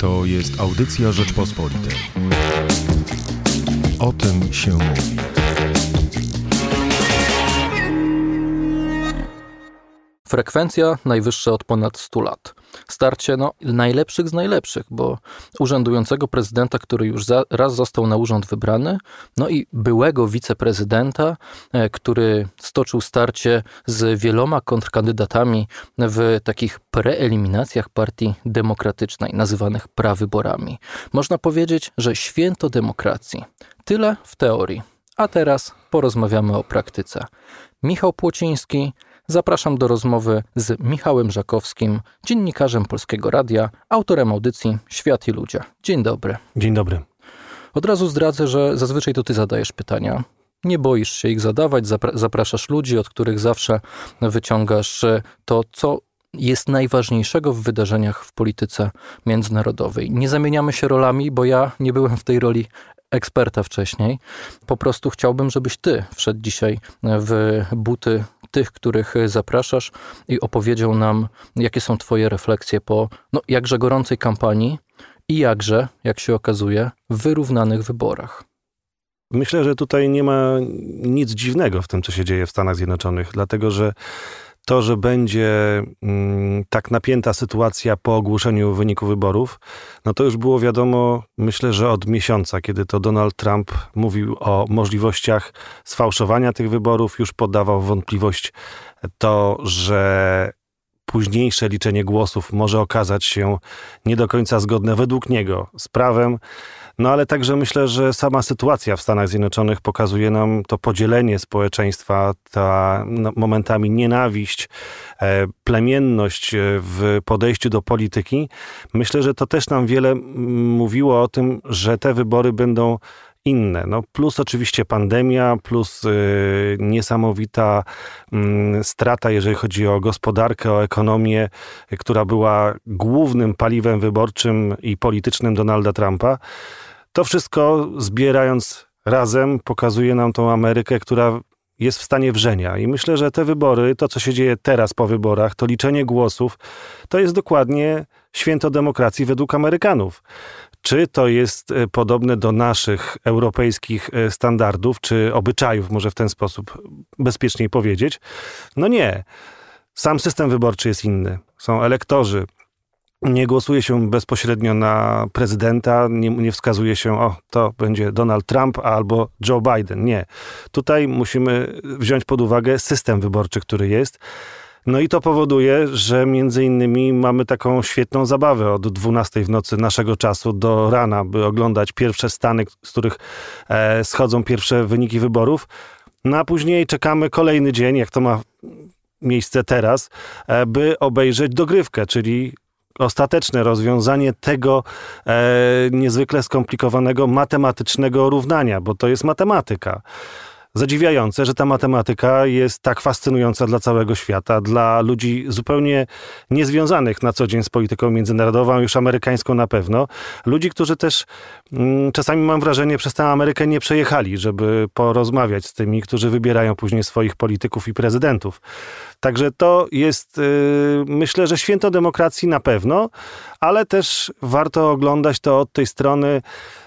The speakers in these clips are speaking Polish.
To jest audycja Rzeczpospolitej. O tym się mówi. Frekwencja najwyższa od ponad 100 lat. Starcie najlepszych z najlepszych, bo urzędującego prezydenta, który już raz został na urząd wybrany, i byłego wiceprezydenta, który stoczył starcie z wieloma kontrkandydatami w takich preeliminacjach Partii Demokratycznej, nazywanych prawyborami. Można powiedzieć, że święto demokracji. Tyle w teorii. A teraz porozmawiamy o praktyce. Michał Płociński. Zapraszam do rozmowy z Michałem Żakowskim, dziennikarzem Polskiego Radia, autorem audycji Świat i Ludzie. Dzień dobry. Dzień dobry. Od razu zdradzę, że zazwyczaj to ty zadajesz pytania. Nie boisz się ich zadawać, zapraszasz ludzi, od których zawsze wyciągasz to, co jest najważniejszego w wydarzeniach w polityce międzynarodowej. Nie zamieniamy się rolami, bo ja nie byłem w tej roli eksperta wcześniej. Po prostu chciałbym, żebyś ty wszedł dzisiaj w buty tych, których zapraszasz i opowiedział nam, jakie są twoje refleksje po jakże gorącej kampanii i jakże, jak się okazuje, wyrównanych wyborach. Myślę, że tutaj nie ma nic dziwnego w tym, co się dzieje w Stanach Zjednoczonych, dlatego że to, że będzie tak napięta sytuacja po ogłoszeniu wyniku wyborów, to już było wiadomo, myślę, że od miesiąca, kiedy to Donald Trump mówił o możliwościach sfałszowania tych wyborów, już podawał w wątpliwość to, że późniejsze liczenie głosów może okazać się nie do końca zgodne według niego z prawem. Ale także myślę, że sama sytuacja w Stanach Zjednoczonych pokazuje nam to podzielenie społeczeństwa, ta momentami nienawiść, plemienność w podejściu do polityki. Myślę, że to też nam wiele mówiło o tym, że te wybory będą inne. Plus oczywiście pandemia, plus niesamowita strata, jeżeli chodzi o gospodarkę, o ekonomię, która była głównym paliwem wyborczym i politycznym Donalda Trumpa. To wszystko zbierając razem pokazuje nam tą Amerykę, która jest w stanie wrzenia. I myślę, że te wybory, to co się dzieje teraz po wyborach, to liczenie głosów, to jest dokładnie święto demokracji według Amerykanów. Czy to jest podobne do naszych europejskich standardów, czy obyczajów, może w ten sposób bezpieczniej powiedzieć? Nie. Sam system wyborczy jest inny. Są elektorzy. Nie głosuje się bezpośrednio na prezydenta, nie wskazuje się, to będzie Donald Trump albo Joe Biden. Nie. Tutaj musimy wziąć pod uwagę system wyborczy, który jest. I to powoduje, że między innymi mamy taką świetną zabawę od 12 w nocy naszego czasu do rana, by oglądać pierwsze stany, z których schodzą pierwsze wyniki wyborów. A później czekamy kolejny dzień, jak to ma miejsce teraz, by obejrzeć dogrywkę, czyli ostateczne rozwiązanie tego niezwykle skomplikowanego matematycznego równania, bo to jest matematyka. Zadziwiające, że ta matematyka jest tak fascynująca dla całego świata, dla ludzi zupełnie niezwiązanych na co dzień z polityką międzynarodową, już amerykańską na pewno. Ludzi, którzy też czasami, mam wrażenie, przez tę Amerykę nie przejechali, żeby porozmawiać z tymi, którzy wybierają później swoich polityków i prezydentów. Także to jest, myślę, że święto demokracji na pewno, ale też warto oglądać to od tej strony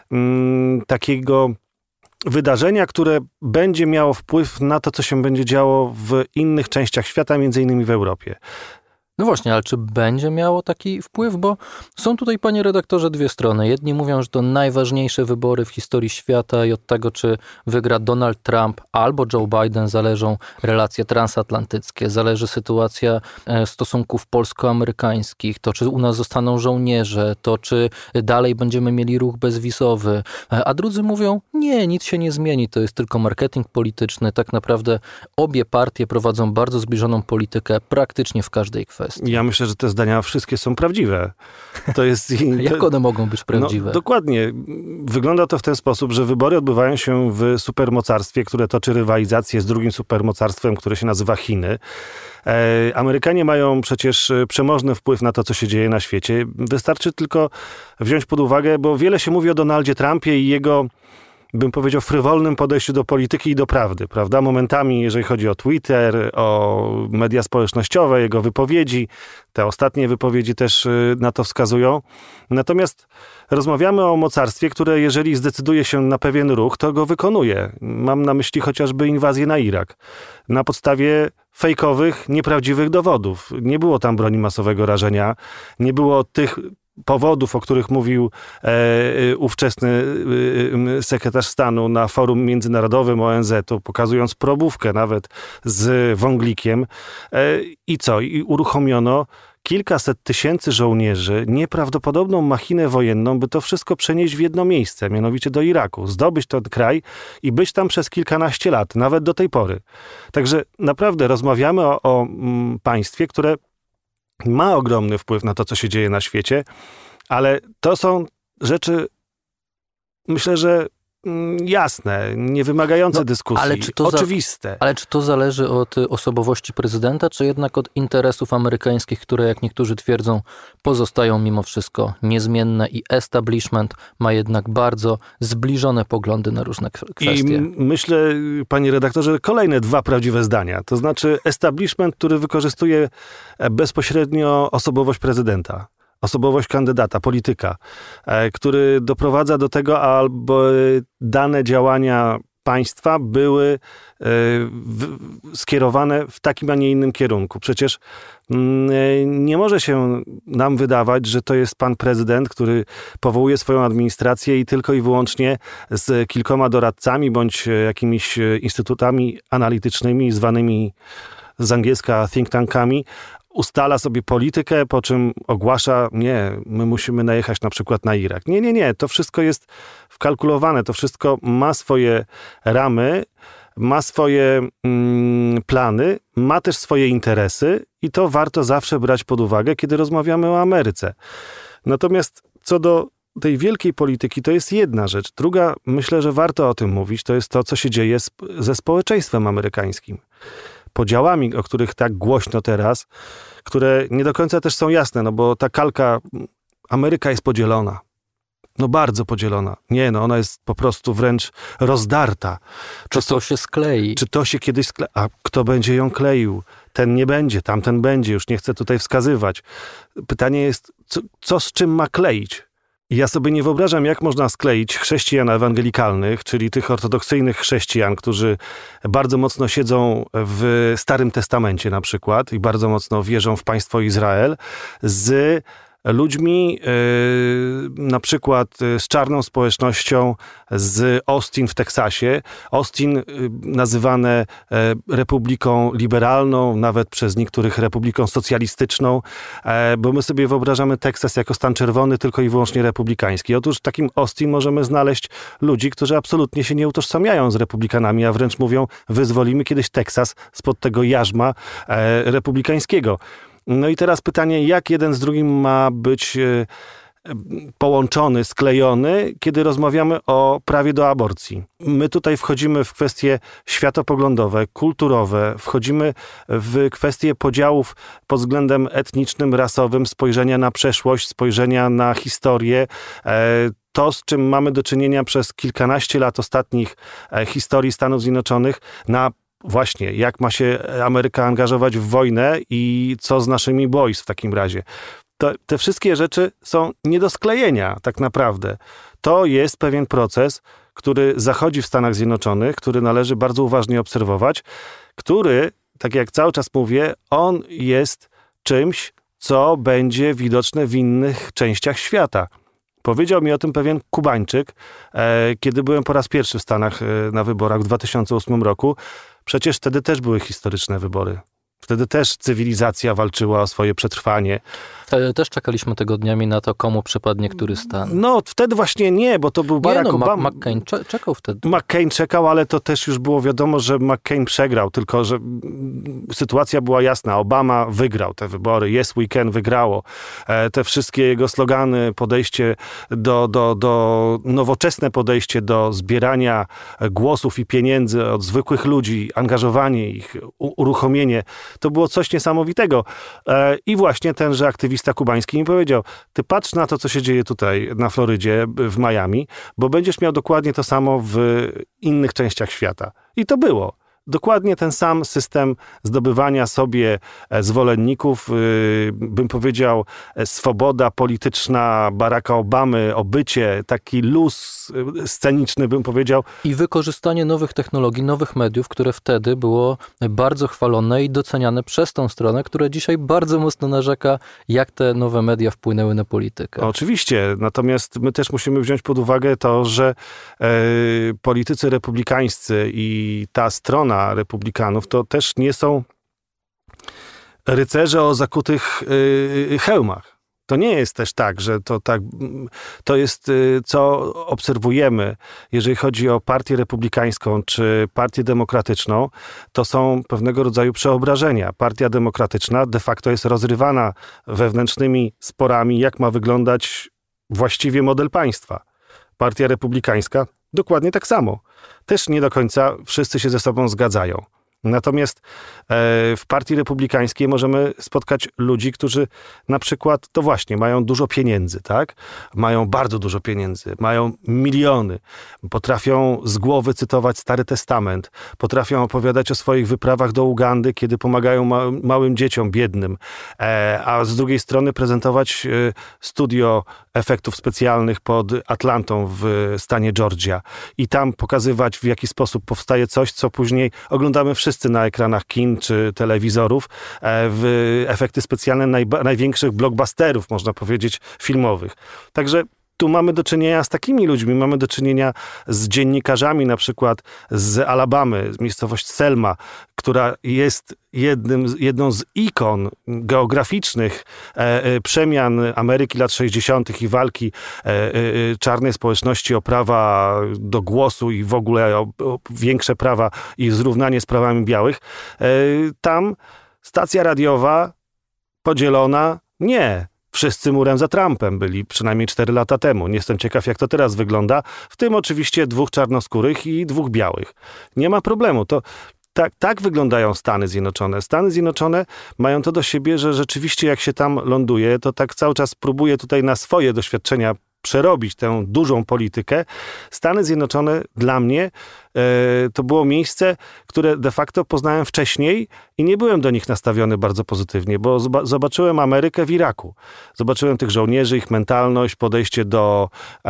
takiego wydarzenia, które będzie miało wpływ na to, co się będzie działo w innych częściach świata, między innymi w Europie. Właśnie, ale czy będzie miało taki wpływ? Bo są tutaj, panie redaktorze, dwie strony. Jedni mówią, że to najważniejsze wybory w historii świata i od tego, czy wygra Donald Trump albo Joe Biden, zależą relacje transatlantyckie, zależy sytuacja stosunków polsko-amerykańskich, to czy u nas zostaną żołnierze, to czy dalej będziemy mieli ruch bezwizowy. A drudzy mówią, nie, nic się nie zmieni, to jest tylko marketing polityczny. Tak naprawdę obie partie prowadzą bardzo zbliżoną politykę praktycznie w każdej kwestii. Ja myślę, że te zdania wszystkie są prawdziwe. To jest... Jak one mogą być prawdziwe? Dokładnie. Wygląda to w ten sposób, że wybory odbywają się w supermocarstwie, które toczy rywalizację z drugim supermocarstwem, które się nazywa Chiny. Amerykanie mają przecież przemożny wpływ na to, co się dzieje na świecie. Wystarczy tylko wziąć pod uwagę, bo wiele się mówi o Donaldzie Trumpie i jego bym powiedział, frywolnym podejściu do polityki i do prawdy, prawda? Momentami, jeżeli chodzi o Twitter, o media społecznościowe, jego wypowiedzi, te ostatnie wypowiedzi też na to wskazują. Natomiast rozmawiamy o mocarstwie, które jeżeli zdecyduje się na pewien ruch, to go wykonuje. Mam na myśli chociażby inwazję na Irak. Na podstawie fejkowych, nieprawdziwych dowodów. Nie było tam broni masowego rażenia, nie było tych powodów, o których mówił ówczesny sekretarz stanu na forum międzynarodowym ONZ-u, pokazując probówkę nawet z wąglikiem. I co? I uruchomiono kilkaset tysięcy żołnierzy, nieprawdopodobną machinę wojenną, by to wszystko przenieść w jedno miejsce, mianowicie do Iraku. Zdobyć ten kraj i być tam przez kilkanaście lat, nawet do tej pory. Także naprawdę rozmawiamy o państwie, które ma ogromny wpływ na to, co się dzieje na świecie, ale to są rzeczy, myślę, że jasne, nie wymagające dyskusji, ale czy to oczywiste. Ale czy to zależy od osobowości prezydenta, czy jednak od interesów amerykańskich, które, jak niektórzy twierdzą, pozostają mimo wszystko niezmienne i establishment ma jednak bardzo zbliżone poglądy na różne kwestie? I myślę, panie redaktorze, kolejne dwa prawdziwe zdania. To znaczy establishment, który wykorzystuje bezpośrednio osobowość prezydenta. Osobowość kandydata, polityka, który doprowadza do tego, aby dane działania państwa były skierowane w takim, a nie innym kierunku. Przecież nie może się nam wydawać, że to jest pan prezydent, który powołuje swoją administrację i tylko i wyłącznie z kilkoma doradcami bądź jakimiś instytutami analitycznymi, zwanymi z angielska think tankami, ustala sobie politykę, po czym ogłasza, nie, my musimy najechać na przykład na Irak. Nie, to wszystko jest wkalkulowane, to wszystko ma swoje ramy, ma swoje plany, ma też swoje interesy i to warto zawsze brać pod uwagę, kiedy rozmawiamy o Ameryce. Natomiast co do tej wielkiej polityki, to jest jedna rzecz. Druga, myślę, że warto o tym mówić, to jest to, co się dzieje ze społeczeństwem amerykańskim. Podziałami, o których tak głośno teraz, które nie do końca też są jasne, no bo ta kalka, Ameryka jest podzielona. No bardzo podzielona. Nie, no ona jest po prostu wręcz rozdarta. Czy to się sklei? Czy to się kiedyś sklei? A kto będzie ją kleił? Ten nie będzie, tamten będzie. Już nie chcę tutaj wskazywać. Pytanie jest, co z czym ma kleić? Ja sobie nie wyobrażam, jak można skleić chrześcijan ewangelikalnych, czyli tych ortodoksyjnych chrześcijan, którzy bardzo mocno siedzą w Starym Testamencie na przykład i bardzo mocno wierzą w państwo Izrael, z ludźmi na przykład z czarną społecznością z Austin w Teksasie. Austin nazywane republiką liberalną, nawet przez niektórych republiką socjalistyczną, bo my sobie wyobrażamy Teksas jako stan czerwony, tylko i wyłącznie republikański. Otóż w takim Austin możemy znaleźć ludzi, którzy absolutnie się nie utożsamiają z republikanami, a wręcz mówią, wyzwolimy kiedyś Teksas spod tego jarzma republikańskiego. No i teraz pytanie, jak jeden z drugim ma być połączony, sklejony, kiedy rozmawiamy o prawie do aborcji. My tutaj wchodzimy w kwestie światopoglądowe, kulturowe, wchodzimy w kwestie podziałów pod względem etnicznym, rasowym, spojrzenia na przeszłość, spojrzenia na historię. To, z czym mamy do czynienia przez kilkanaście lat ostatnich historii Stanów Zjednoczonych, na właśnie, jak ma się Ameryka angażować w wojnę i co z naszymi boys w takim razie. Te wszystkie rzeczy są nie do sklejenia tak naprawdę. To jest pewien proces, który zachodzi w Stanach Zjednoczonych, który należy bardzo uważnie obserwować, który, tak jak cały czas mówię, on jest czymś, co będzie widoczne w innych częściach świata. Powiedział mi o tym pewien Kubańczyk, kiedy byłem po raz pierwszy w Stanach na wyborach w 2008 roku. Przecież wtedy też były historyczne wybory. Wtedy też cywilizacja walczyła o swoje przetrwanie. Wtedy też czekaliśmy tygodniami na to, komu przypadnie który stan. No, wtedy właśnie nie, bo to był Barack Obama. McCain czekał wtedy. McCain czekał, ale to też już było wiadomo, że McCain przegrał, tylko że sytuacja była jasna. Obama wygrał te wybory. Yes, we can wygrało. Te wszystkie jego slogany, podejście nowoczesne podejście do zbierania głosów i pieniędzy od zwykłych ludzi, angażowanie ich, uruchomienie to było coś niesamowitego. I właśnie tenże aktywista kubański mi powiedział, ty patrz na to, co się dzieje tutaj na Florydzie, w Miami, bo będziesz miał dokładnie to samo w innych częściach świata. I to było. Dokładnie ten sam system zdobywania sobie zwolenników, bym powiedział, swoboda polityczna Baracka Obamy, obycie, taki luz sceniczny, bym powiedział. I wykorzystanie nowych technologii, nowych mediów, które wtedy było bardzo chwalone i doceniane przez tą stronę, która dzisiaj bardzo mocno narzeka, jak te nowe media wpłynęły na politykę. Oczywiście, natomiast my też musimy wziąć pod uwagę to, że politycy republikańscy i ta strona republikanów to też nie są rycerze o zakutych hełmach. To nie jest też tak, że to jest, co obserwujemy, jeżeli chodzi o partię republikańską czy partię demokratyczną, to są pewnego rodzaju przeobrażenia. Partia demokratyczna de facto jest rozrywana wewnętrznymi sporami, jak ma wyglądać właściwie model państwa. Partia republikańska dokładnie tak samo. Też nie do końca wszyscy się ze sobą zgadzają. Natomiast w partii republikańskiej możemy spotkać ludzi, którzy na przykład, to właśnie, mają dużo pieniędzy, tak? Mają bardzo dużo pieniędzy, mają miliony, potrafią z głowy cytować Stary Testament, potrafią opowiadać o swoich wyprawach do Ugandy, kiedy pomagają małym dzieciom biednym, a z drugiej strony prezentować studio efektów specjalnych pod Atlantą w stanie Georgia i tam pokazywać, w jaki sposób powstaje coś, co później oglądamy wszyscy na ekranach kin czy telewizorów, w efekty specjalne największych blockbusterów, można powiedzieć, filmowych. Także tu mamy do czynienia z takimi ludźmi, mamy do czynienia z dziennikarzami, na przykład z Alabamy, miejscowość Selma, która jest jedną z ikon geograficznych przemian Ameryki lat 60. i walki czarnej społeczności o prawa do głosu i w ogóle o większe prawa i zrównanie z prawami białych. Tam stacja radiowa podzielona nie. Wszyscy murem za Trumpem byli przynajmniej 4 lata temu. Nie jestem ciekaw, jak to teraz wygląda. W tym oczywiście 2 czarnoskórych i 2 białych. Nie ma problemu. To tak wyglądają Stany Zjednoczone. Stany Zjednoczone mają to do siebie, że rzeczywiście jak się tam ląduje, to tak cały czas próbuje tutaj na swoje doświadczenia przerobić tę dużą politykę. Stany Zjednoczone dla mnie to było miejsce, które de facto poznałem wcześniej i nie byłem do nich nastawiony bardzo pozytywnie, bo zobaczyłem Amerykę w Iraku. Zobaczyłem tych żołnierzy, ich mentalność, podejście do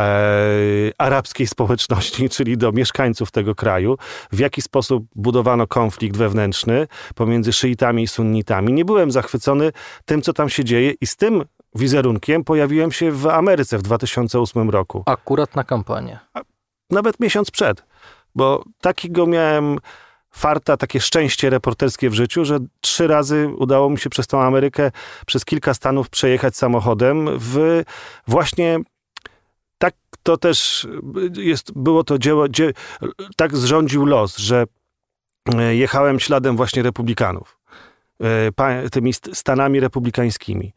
arabskiej społeczności, czyli do mieszkańców tego kraju, w jaki sposób budowano konflikt wewnętrzny pomiędzy szyitami i sunnitami. Nie byłem zachwycony tym, co tam się dzieje i z tym wizerunkiem pojawiłem się w Ameryce w 2008 roku. Akurat na kampanię. Nawet miesiąc przed, bo takiego miałem farta, takie szczęście reporterskie w życiu, że 3 razy udało mi się przez tą Amerykę, przez kilka stanów przejechać samochodem w właśnie tak to też było to dzieło, tak zrządził los, że jechałem śladem właśnie republikanów. Tymi stanami republikańskimi.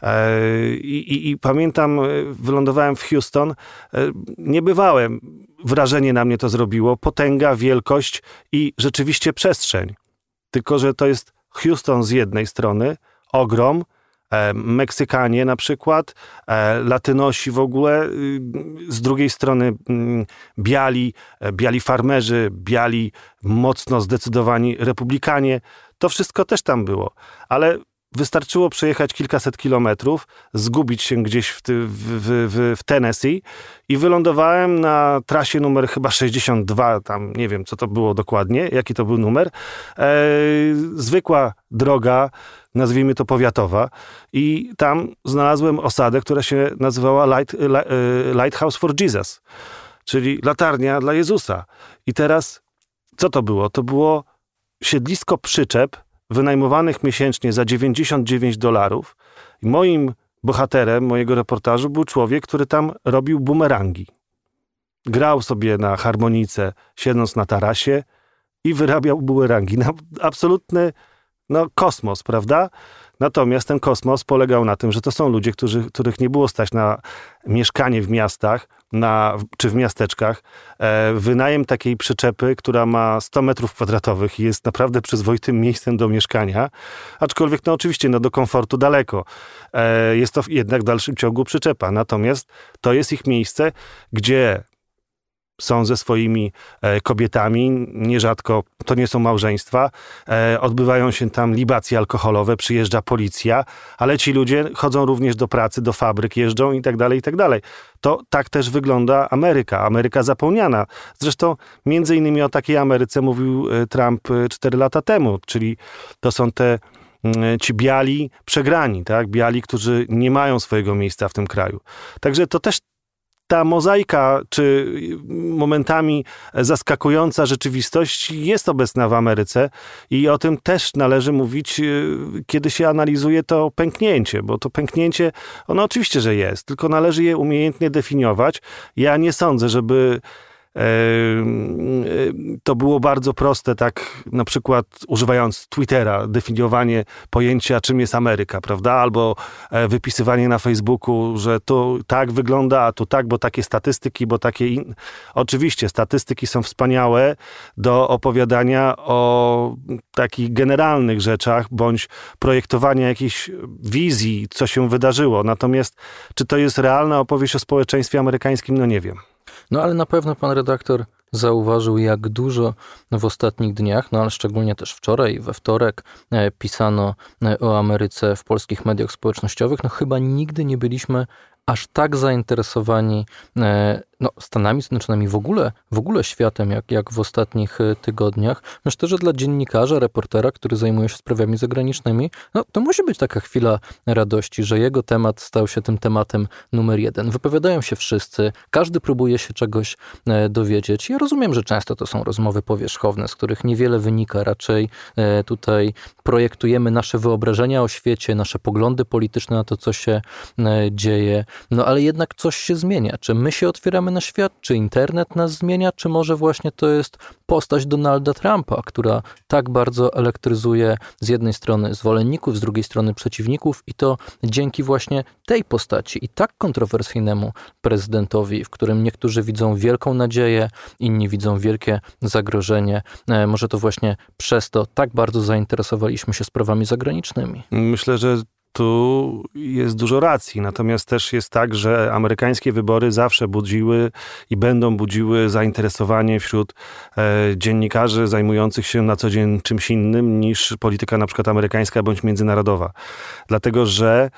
I pamiętam, wylądowałem w Houston, niebywałe wrażenie na mnie to zrobiło, potęga, wielkość i rzeczywiście przestrzeń. Tylko że to jest Houston z jednej strony, ogrom, Meksykanie na przykład, Latynosi w ogóle, z drugiej strony biali farmerzy, biali mocno zdecydowani republikanie. To wszystko też tam było, ale wystarczyło przejechać kilkaset kilometrów, zgubić się gdzieś w Tennessee i wylądowałem na trasie numer chyba 62, tam nie wiem co to było dokładnie, jaki to był numer. Zwykła droga, nazwijmy to powiatowa i tam znalazłem osadę, która się nazywała Lighthouse for Jesus, czyli latarnia dla Jezusa. I teraz co to było? To było siedlisko przyczep wynajmowanych miesięcznie za $99. I moim bohaterem mojego reportażu był człowiek, który tam robił bumerangi. Grał sobie na harmonice, siedząc na tarasie i wyrabiał bumerangi. Absolutny kosmos, prawda? Natomiast ten kosmos polegał na tym, że to są ludzie, których nie było stać na mieszkanie w miastach, czy w miasteczkach, wynajem takiej przyczepy, która ma 100 metrów kwadratowych i jest naprawdę przyzwoitym miejscem do mieszkania, aczkolwiek oczywiście do komfortu daleko. Jest to jednak w dalszym ciągu przyczepa. Natomiast to jest ich miejsce, gdzie są ze swoimi kobietami, nierzadko to nie są małżeństwa, odbywają się tam libacje alkoholowe, przyjeżdża policja, ale ci ludzie chodzą również do pracy, do fabryk, jeżdżą i tak dalej, i tak dalej. To tak też wygląda Ameryka zapomniana. Zresztą między innymi o takiej Ameryce mówił Trump 4 lata temu, czyli to są ci biali przegrani, tak? Biali, którzy nie mają swojego miejsca w tym kraju. Także to też ta mozaika, czy momentami zaskakująca rzeczywistość jest obecna w Ameryce i o tym też należy mówić, kiedy się analizuje to pęknięcie, bo to pęknięcie, ono oczywiście, że jest, tylko należy je umiejętnie definiować. Ja nie sądzę, żeby to było bardzo proste, tak na przykład używając Twittera, definiowanie pojęcia, czym jest Ameryka, prawda? Albo wypisywanie na Facebooku, że to tak wygląda, a tu tak, bo takie statystyki, bo takie Oczywiście, statystyki są wspaniałe do opowiadania o takich generalnych rzeczach, bądź projektowania jakiejś wizji, co się wydarzyło. Natomiast czy to jest realna opowieść o społeczeństwie amerykańskim? No nie wiem. No ale na pewno pan redaktor zauważył, jak dużo w ostatnich dniach, no ale szczególnie też wczoraj i we wtorek pisano o Ameryce w polskich mediach społecznościowych. No chyba nigdy nie byliśmy aż tak zainteresowani Stanami Zjednoczonymi, w ogóle światem, jak w ostatnich tygodniach. Myślę, że dla dziennikarza, reportera, który zajmuje się sprawami zagranicznymi, to musi być taka chwila radości, że jego temat stał się tym tematem numer 1. Wypowiadają się wszyscy, każdy próbuje się czegoś dowiedzieć. Ja rozumiem, że często to są rozmowy powierzchowne, z których niewiele wynika. Raczej tutaj projektujemy nasze wyobrażenia o świecie, nasze poglądy polityczne na to, co się dzieje. No ale jednak coś się zmienia. Czy my się otwieramy na świat? Czy internet nas zmienia? Czy może właśnie to jest postać Donalda Trumpa, która tak bardzo elektryzuje z jednej strony zwolenników, z drugiej strony przeciwników i to dzięki właśnie tej postaci i tak kontrowersyjnemu prezydentowi, w którym niektórzy widzą wielką nadzieję, inni widzą wielkie zagrożenie. Może to właśnie przez to tak bardzo zainteresowaliśmy się sprawami zagranicznymi. Myślę, że tu jest dużo racji, natomiast też jest tak, że amerykańskie wybory zawsze budziły i będą budziły zainteresowanie wśród dziennikarzy zajmujących się na co dzień czymś innym niż polityka na przykład amerykańska bądź międzynarodowa. Dlatego, że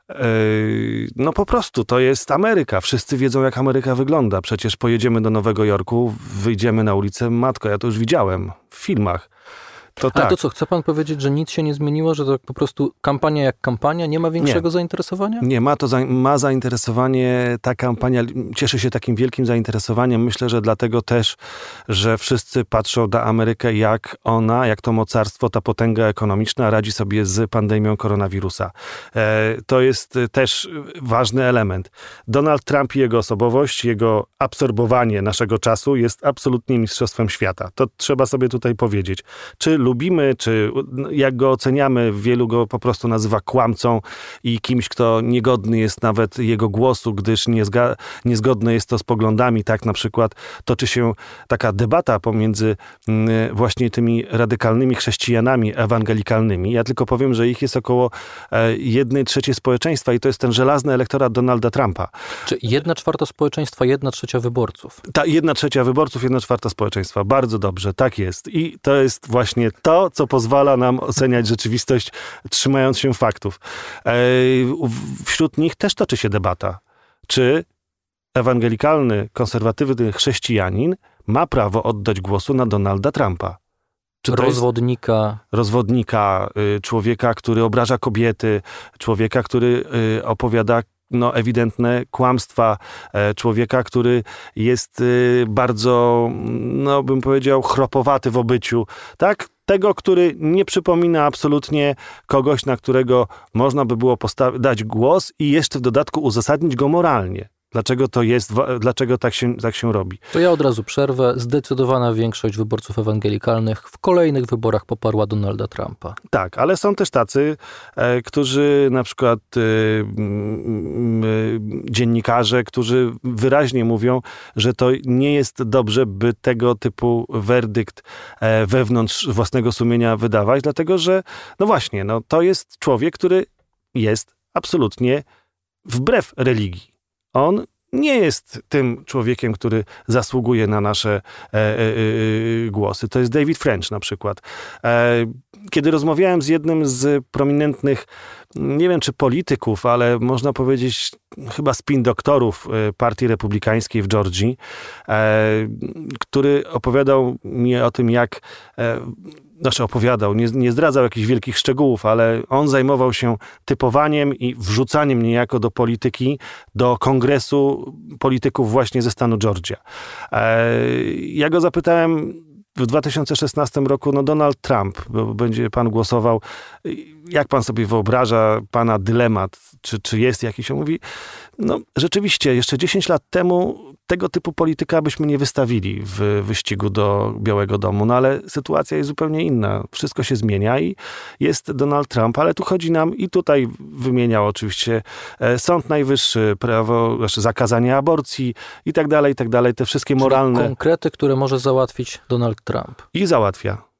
po prostu to jest Ameryka. Wszyscy wiedzą, jak Ameryka wygląda. Przecież pojedziemy do Nowego Jorku, wyjdziemy na ulicę, matko, ja to już widziałem w filmach. Ale to co, chce pan powiedzieć, że nic się nie zmieniło, że to po prostu kampania jak kampania, nie ma większego zainteresowania? Nie, ma zainteresowanie, ta kampania cieszy się takim wielkim zainteresowaniem. Myślę, że dlatego też, że wszyscy patrzą na Amerykę, jak to mocarstwo, ta potęga ekonomiczna radzi sobie z pandemią koronawirusa. To jest też ważny element. Donald Trump i jego osobowość, jego absorbowanie naszego czasu jest absolutnie mistrzostwem świata. To trzeba sobie tutaj powiedzieć. Czy lubimy, czy jak go oceniamy, wielu go po prostu nazywa kłamcą i kimś, kto niegodny jest nawet jego głosu, gdyż niezgodne jest to z poglądami. Tak na przykład toczy się taka debata pomiędzy właśnie tymi radykalnymi chrześcijanami ewangelikalnymi. Ja tylko powiem, że ich jest około 1/3 społeczeństwa i to jest ten żelazny elektorat Donalda Trumpa. Czy 1/4 społeczeństwa, 1/3 wyborców? 1/3 wyborców, 1/4 społeczeństwa. Bardzo dobrze, tak jest. I to jest właśnie to, co pozwala nam oceniać rzeczywistość, trzymając się faktów. Wśród nich też toczy się debata, czy ewangelikalny, konserwatywny chrześcijanin ma prawo oddać głosu na Donalda Trumpa. Czy to rozwodnika, człowieka, który obraża kobiety, człowieka, który opowiada ewidentne kłamstwa, człowieka, który jest bardzo, bym powiedział, chropowaty w obyciu, tak? Tego, który nie przypomina absolutnie kogoś, na którego można by było dać głos i jeszcze w dodatku uzasadnić go moralnie. Dlaczego to jest, dlaczego tak się robi? To ja od razu przerwę. Zdecydowana większość wyborców ewangelikalnych w kolejnych wyborach poparła Donalda Trumpa. Tak, ale są też tacy, którzy na przykład dziennikarze, którzy wyraźnie mówią, że to nie jest dobrze, by tego typu werdykt wewnątrz własnego sumienia wydawać, dlatego że, no właśnie, no to jest człowiek, który jest absolutnie wbrew religii. On nie jest tym człowiekiem, który zasługuje na nasze głosy. To jest David French na przykład. Kiedy rozmawiałem z jednym z prominentnych, nie wiem czy polityków, ale można powiedzieć chyba spin doktorów Partii Republikańskiej w Georgii, który opowiadał mi o tym, jak opowiadał, nie zdradzał jakichś wielkich szczegółów, ale on zajmował się typowaniem i wrzucaniem niejako do polityki, do kongresu polityków właśnie ze stanu Georgia. Ja go zapytałem w 2016 roku, no Donald Trump, bo będzie pan głosował, jak pan sobie wyobraża pana dylemat, czy jest jakiś? On mówi, no rzeczywiście, jeszcze 10 lat temu tego typu polityka byśmy nie wystawili w wyścigu do Białego Domu, no ale sytuacja jest zupełnie inna. Wszystko się zmienia i jest Donald Trump, ale tu chodzi nam, i tutaj wymieniał oczywiście Sąd Najwyższy, prawo, zakazanie aborcji i tak dalej, te wszystkie moralne... Czyli konkrety, które może załatwić Donald Trump. I załatwia.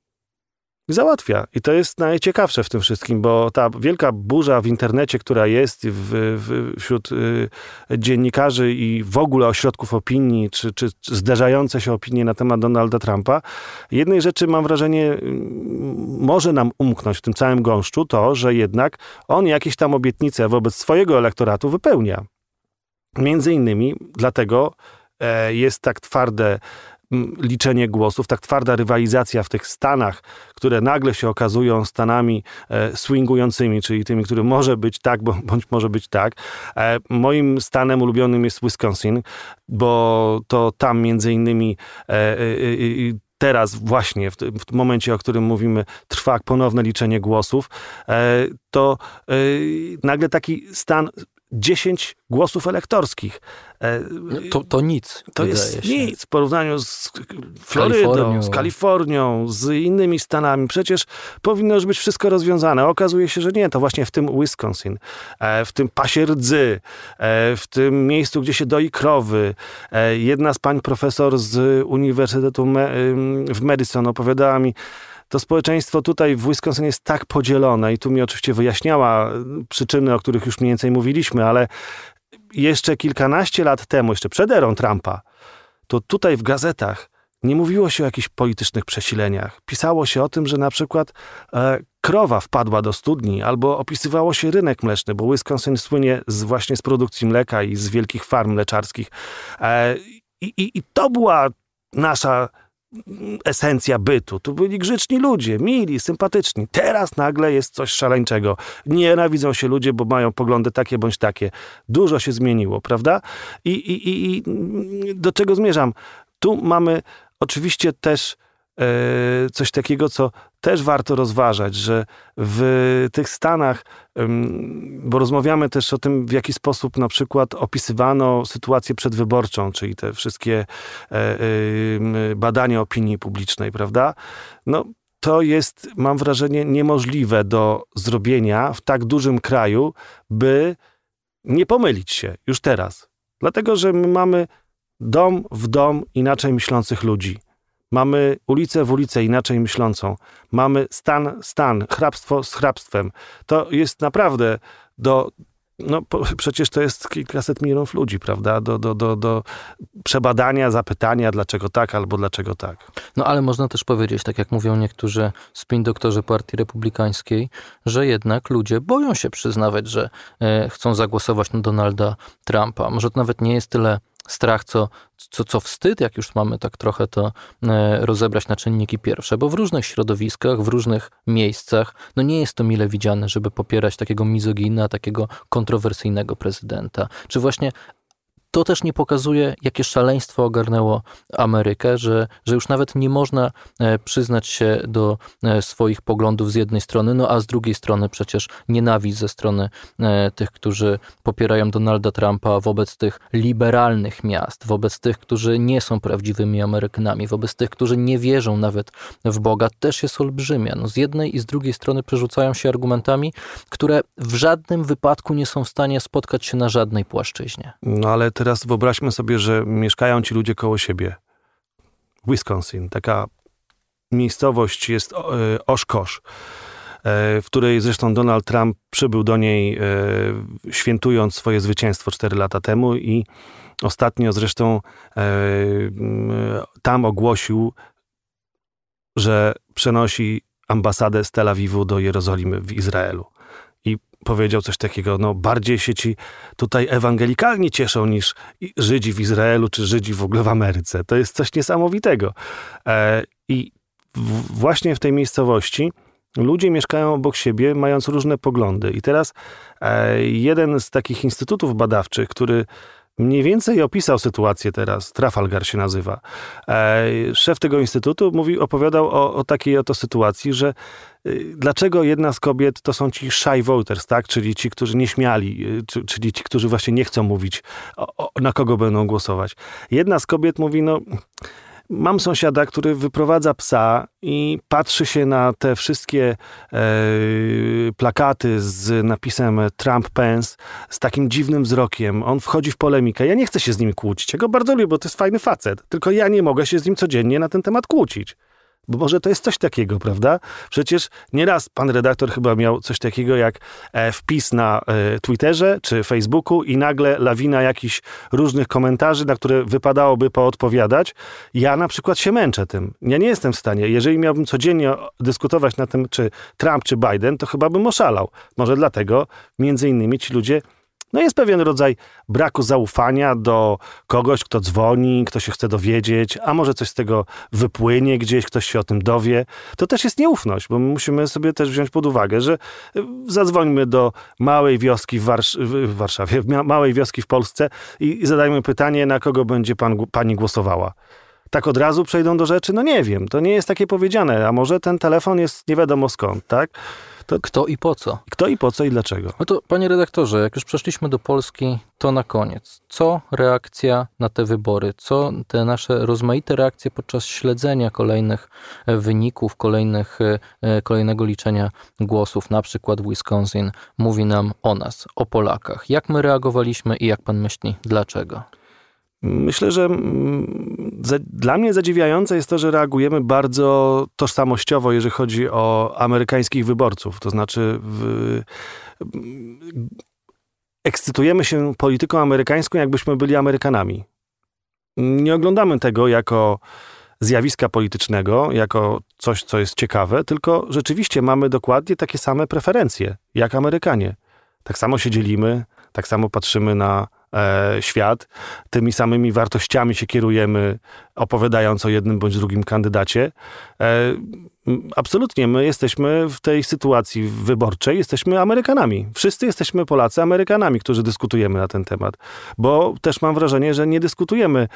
I to jest najciekawsze w tym wszystkim, bo ta wielka burza w internecie, która jest wśród dziennikarzy i w ogóle ośrodków opinii, czy zderzające się opinie na temat Donalda Trumpa, jednej rzeczy mam wrażenie może nam umknąć w tym całym gąszczu, to, że jednak on jakieś tam obietnice wobec swojego elektoratu wypełnia. Między innymi dlatego jest tak twarde liczenie głosów, tak twarda rywalizacja w tych stanach, które nagle się okazują stanami swingującymi, czyli tymi, które może być tak, bądź może być tak. Moim stanem ulubionym jest Wisconsin, bo to tam między innymi teraz właśnie, w momencie, o którym mówimy, trwa ponowne liczenie głosów, to nagle taki stan 10 głosów elektorskich. To nic. To jest nic w porównaniu z Florydą, z Kalifornią, z innymi stanami. Przecież powinno już być wszystko rozwiązane. Okazuje się, że nie. To właśnie w tym Wisconsin, w tym pasie rdzy, w tym miejscu, gdzie się doi krowy. Jedna z pań profesor z Uniwersytetu w Madison opowiadała mi, to społeczeństwo tutaj w Wisconsin jest tak podzielone i tu mi oczywiście wyjaśniała przyczyny, o których już mniej więcej mówiliśmy, ale jeszcze kilkanaście lat temu, jeszcze przed erą Trumpa, to tutaj w gazetach nie mówiło się o jakichś politycznych przesileniach. Pisało się o tym, że na przykład krowa wpadła do studni, albo opisywało się rynek mleczny, bo Wisconsin słynie właśnie z produkcji mleka i z wielkich farm mleczarskich. I to była nasza esencja bytu. Tu byli grzeczni ludzie, mili, sympatyczni. Teraz nagle jest coś szaleńczego. Nienawidzą się ludzie, bo mają poglądy takie bądź takie. Dużo się zmieniło, prawda? I do czego zmierzam? Tu mamy oczywiście też coś takiego, co też warto rozważać, że w tych Stanach, bo rozmawiamy też o tym, w jaki sposób na przykład opisywano sytuację przedwyborczą, czyli te wszystkie badania opinii publicznej, prawda? No, to jest, mam wrażenie, niemożliwe do zrobienia w tak dużym kraju, by nie pomylić się już teraz. Dlatego, że my mamy dom w dom inaczej myślących ludzi. Mamy ulicę w ulicę inaczej myślącą. Mamy stan, hrabstwo z hrabstwem. To jest naprawdę przecież to jest kilkaset milionów ludzi, prawda? Do przebadania, zapytania, dlaczego tak albo dlaczego tak. No ale można też powiedzieć, tak jak mówią niektórzy spin-doktorzy Partii Republikańskiej, że jednak ludzie boją się przyznawać, że chcą zagłosować na Donalda Trumpa. Może to nawet nie jest tyle strach, co wstyd, jak już mamy tak trochę to rozebrać na czynniki pierwsze, bo w różnych środowiskach, w różnych miejscach, no nie jest to mile widziane, żeby popierać takiego mizogina, takiego kontrowersyjnego prezydenta. Czy właśnie to też nie pokazuje, jakie szaleństwo ogarnęło Amerykę, że już nawet nie można przyznać się do swoich poglądów z jednej strony, no a z drugiej strony przecież nienawiść ze strony tych, którzy popierają Donalda Trumpa wobec tych liberalnych miast, wobec tych, którzy nie są prawdziwymi Amerykanami, wobec tych, którzy nie wierzą nawet w Boga, też jest olbrzymia. No, z jednej i z drugiej strony przerzucają się argumentami, które w żadnym wypadku nie są w stanie spotkać się na żadnej płaszczyźnie. No ale teraz wyobraźmy sobie, że mieszkają ci ludzie koło siebie. Wisconsin, taka miejscowość jest Oshkosh, w której zresztą Donald Trump przybył do niej świętując swoje zwycięstwo 4 lata temu i ostatnio zresztą tam ogłosił, że przenosi ambasadę z Tel Awiwu do Jerozolimy w Izraelu. I powiedział coś takiego, no bardziej się ci tutaj ewangelikalni cieszą niż Żydzi w Izraelu, czy Żydzi w ogóle w Ameryce. To jest coś niesamowitego. I właśnie w tej miejscowości ludzie mieszkają obok siebie, mając różne poglądy. I teraz jeden z takich instytutów badawczych, który mniej więcej opisał sytuację teraz, Trafalgar się nazywa. Szef tego instytutu opowiadał o takiej oto sytuacji, że dlaczego jedna z kobiet to są ci shy voters, tak? Czyli ci, którzy nieśmiali, czyli ci, którzy właśnie nie chcą mówić, na kogo będą głosować. Jedna z kobiet mówi, no mam sąsiada, który wyprowadza psa i patrzy się na te wszystkie plakaty z napisem Trump-Pence z takim dziwnym wzrokiem. On wchodzi w polemikę. Ja nie chcę się z nim kłócić. Ja go bardzo lubię, bo to jest fajny facet. Tylko ja nie mogę się z nim codziennie na ten temat kłócić. Bo może to jest coś takiego, prawda? Przecież nieraz pan redaktor chyba miał coś takiego jak wpis na Twitterze czy Facebooku i nagle lawina jakichś różnych komentarzy, na które wypadałoby poodpowiadać. Ja na przykład się męczę tym. Ja nie jestem w stanie. Jeżeli miałbym codziennie dyskutować na tym, czy Trump, czy Biden, to chyba bym oszalał. Może dlatego między innymi ci ludzie, no jest pewien rodzaj braku zaufania do kogoś, kto dzwoni, kto się chce dowiedzieć, a może coś z tego wypłynie gdzieś, ktoś się o tym dowie. To też jest nieufność, bo my musimy sobie też wziąć pod uwagę, że zadzwońmy do małej wioski w Warszawie, małej wioski w Polsce i zadajmy pytanie, na kogo będzie pani głosowała. Tak od razu przejdą do rzeczy? No nie wiem, to nie jest takie powiedziane, a może ten telefon jest nie wiadomo skąd, tak? To kto i po co? Kto i po co i dlaczego? No to, panie redaktorze, jak już przeszliśmy do Polski, to na koniec. Co reakcja na te wybory? Co te nasze rozmaite reakcje podczas śledzenia kolejnych wyników, kolejnego liczenia głosów, na przykład w Wisconsin, mówi nam o nas, o Polakach? Jak my reagowaliśmy i jak pan myśli, dlaczego? Myślę, że dla mnie zadziwiające jest to, że reagujemy bardzo tożsamościowo, jeżeli chodzi o amerykańskich wyborców. To znaczy ekscytujemy się polityką amerykańską, jakbyśmy byli Amerykanami. Nie oglądamy tego jako zjawiska politycznego, jako coś, co jest ciekawe, tylko rzeczywiście mamy dokładnie takie same preferencje, jak Amerykanie. Tak samo się dzielimy, tak samo patrzymy na świat, tymi samymi wartościami się kierujemy, opowiadając o jednym bądź drugim kandydacie. Absolutnie, my jesteśmy w tej sytuacji wyborczej, jesteśmy Amerykanami. Wszyscy jesteśmy Polacy Amerykanami, którzy dyskutujemy na ten temat. Bo też mam wrażenie, że nie dyskutujemy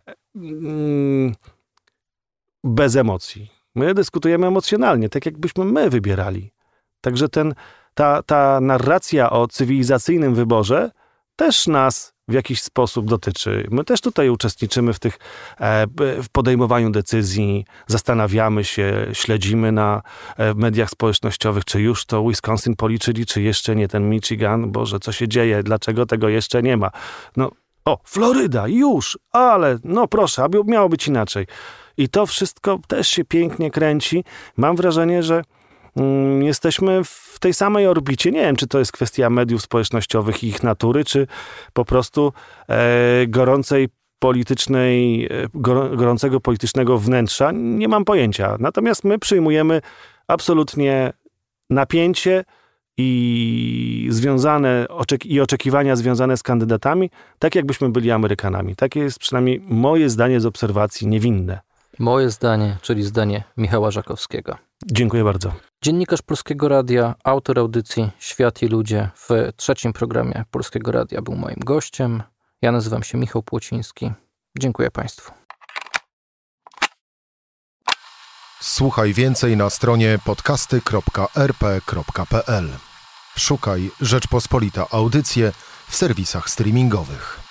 bez emocji. My dyskutujemy emocjonalnie, tak jakbyśmy my wybierali. Także ta narracja o cywilizacyjnym wyborze też nas w jakiś sposób dotyczy. My też tutaj uczestniczymy w podejmowaniu decyzji, zastanawiamy się, śledzimy na mediach społecznościowych, czy już to Wisconsin policzyli, czy jeszcze nie, ten Michigan. Boże, co się dzieje? Dlaczego tego jeszcze nie ma? No, Floryda, już, ale no proszę, aby miało być inaczej. I to wszystko też się pięknie kręci. Mam wrażenie, że jesteśmy w tej samej orbicie. Nie wiem, czy to jest kwestia mediów społecznościowych i ich natury, czy po prostu gorącego politycznego wnętrza. Nie mam pojęcia. Natomiast my przyjmujemy absolutnie napięcie i oczekiwania związane z kandydatami, tak jakbyśmy byli Amerykanami. Takie jest przynajmniej moje zdanie z obserwacji niewinne. Moje zdanie, czyli zdanie Michała Żakowskiego. Dziękuję bardzo. Dziennikarz Polskiego Radia, autor audycji Świat i Ludzie w 3. programie Polskiego Radia był moim gościem. Ja nazywam się Michał Płociński. Dziękuję Państwu. Słuchaj więcej na stronie podcasty.rp.pl. Szukaj Rzeczpospolita Audycje w serwisach streamingowych.